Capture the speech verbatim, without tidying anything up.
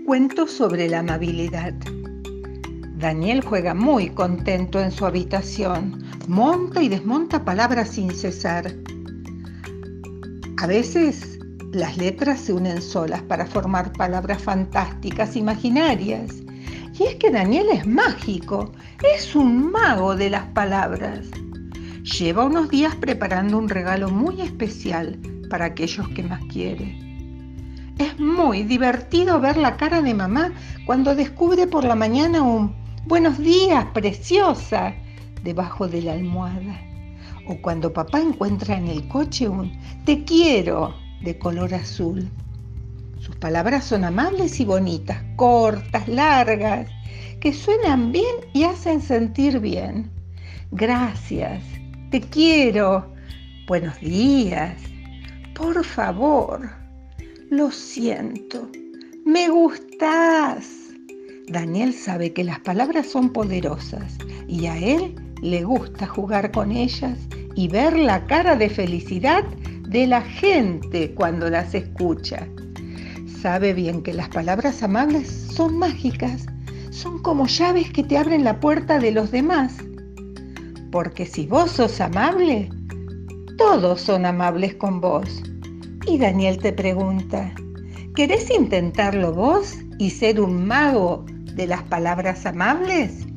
cuento sobre la amabilidad. Daniel juega muy contento en su habitación. Monta y desmonta palabras sin cesar. A veces las letras se unen solas para formar palabras fantásticas, imaginarias. Y es que Daniel es mágico, es un mago de las palabras. Lleva unos días preparando un regalo muy especial para aquellos que más quiere. Es muy divertido ver la cara de mamá cuando descubre por la mañana un "buenos días, preciosa" debajo de la almohada. O cuando papá encuentra en el coche un "te quiero" de color azul. Sus palabras son amables y bonitas, cortas, largas, que suenan bien y hacen sentir bien. Gracias, te quiero, buenos días, por favor, lo siento, me gustás. Daniel sabe que las palabras son poderosas y a él le gusta jugar con ellas y ver la cara de felicidad de la gente cuando las escucha. Sabe bien que las palabras amables son mágicas, son como llaves que te abren la puerta de los demás. Porque si vos sos amable, todos son amables con vos. Y Daniel te pregunta, ¿querés intentarlo vos y ser un mago de las palabras amables?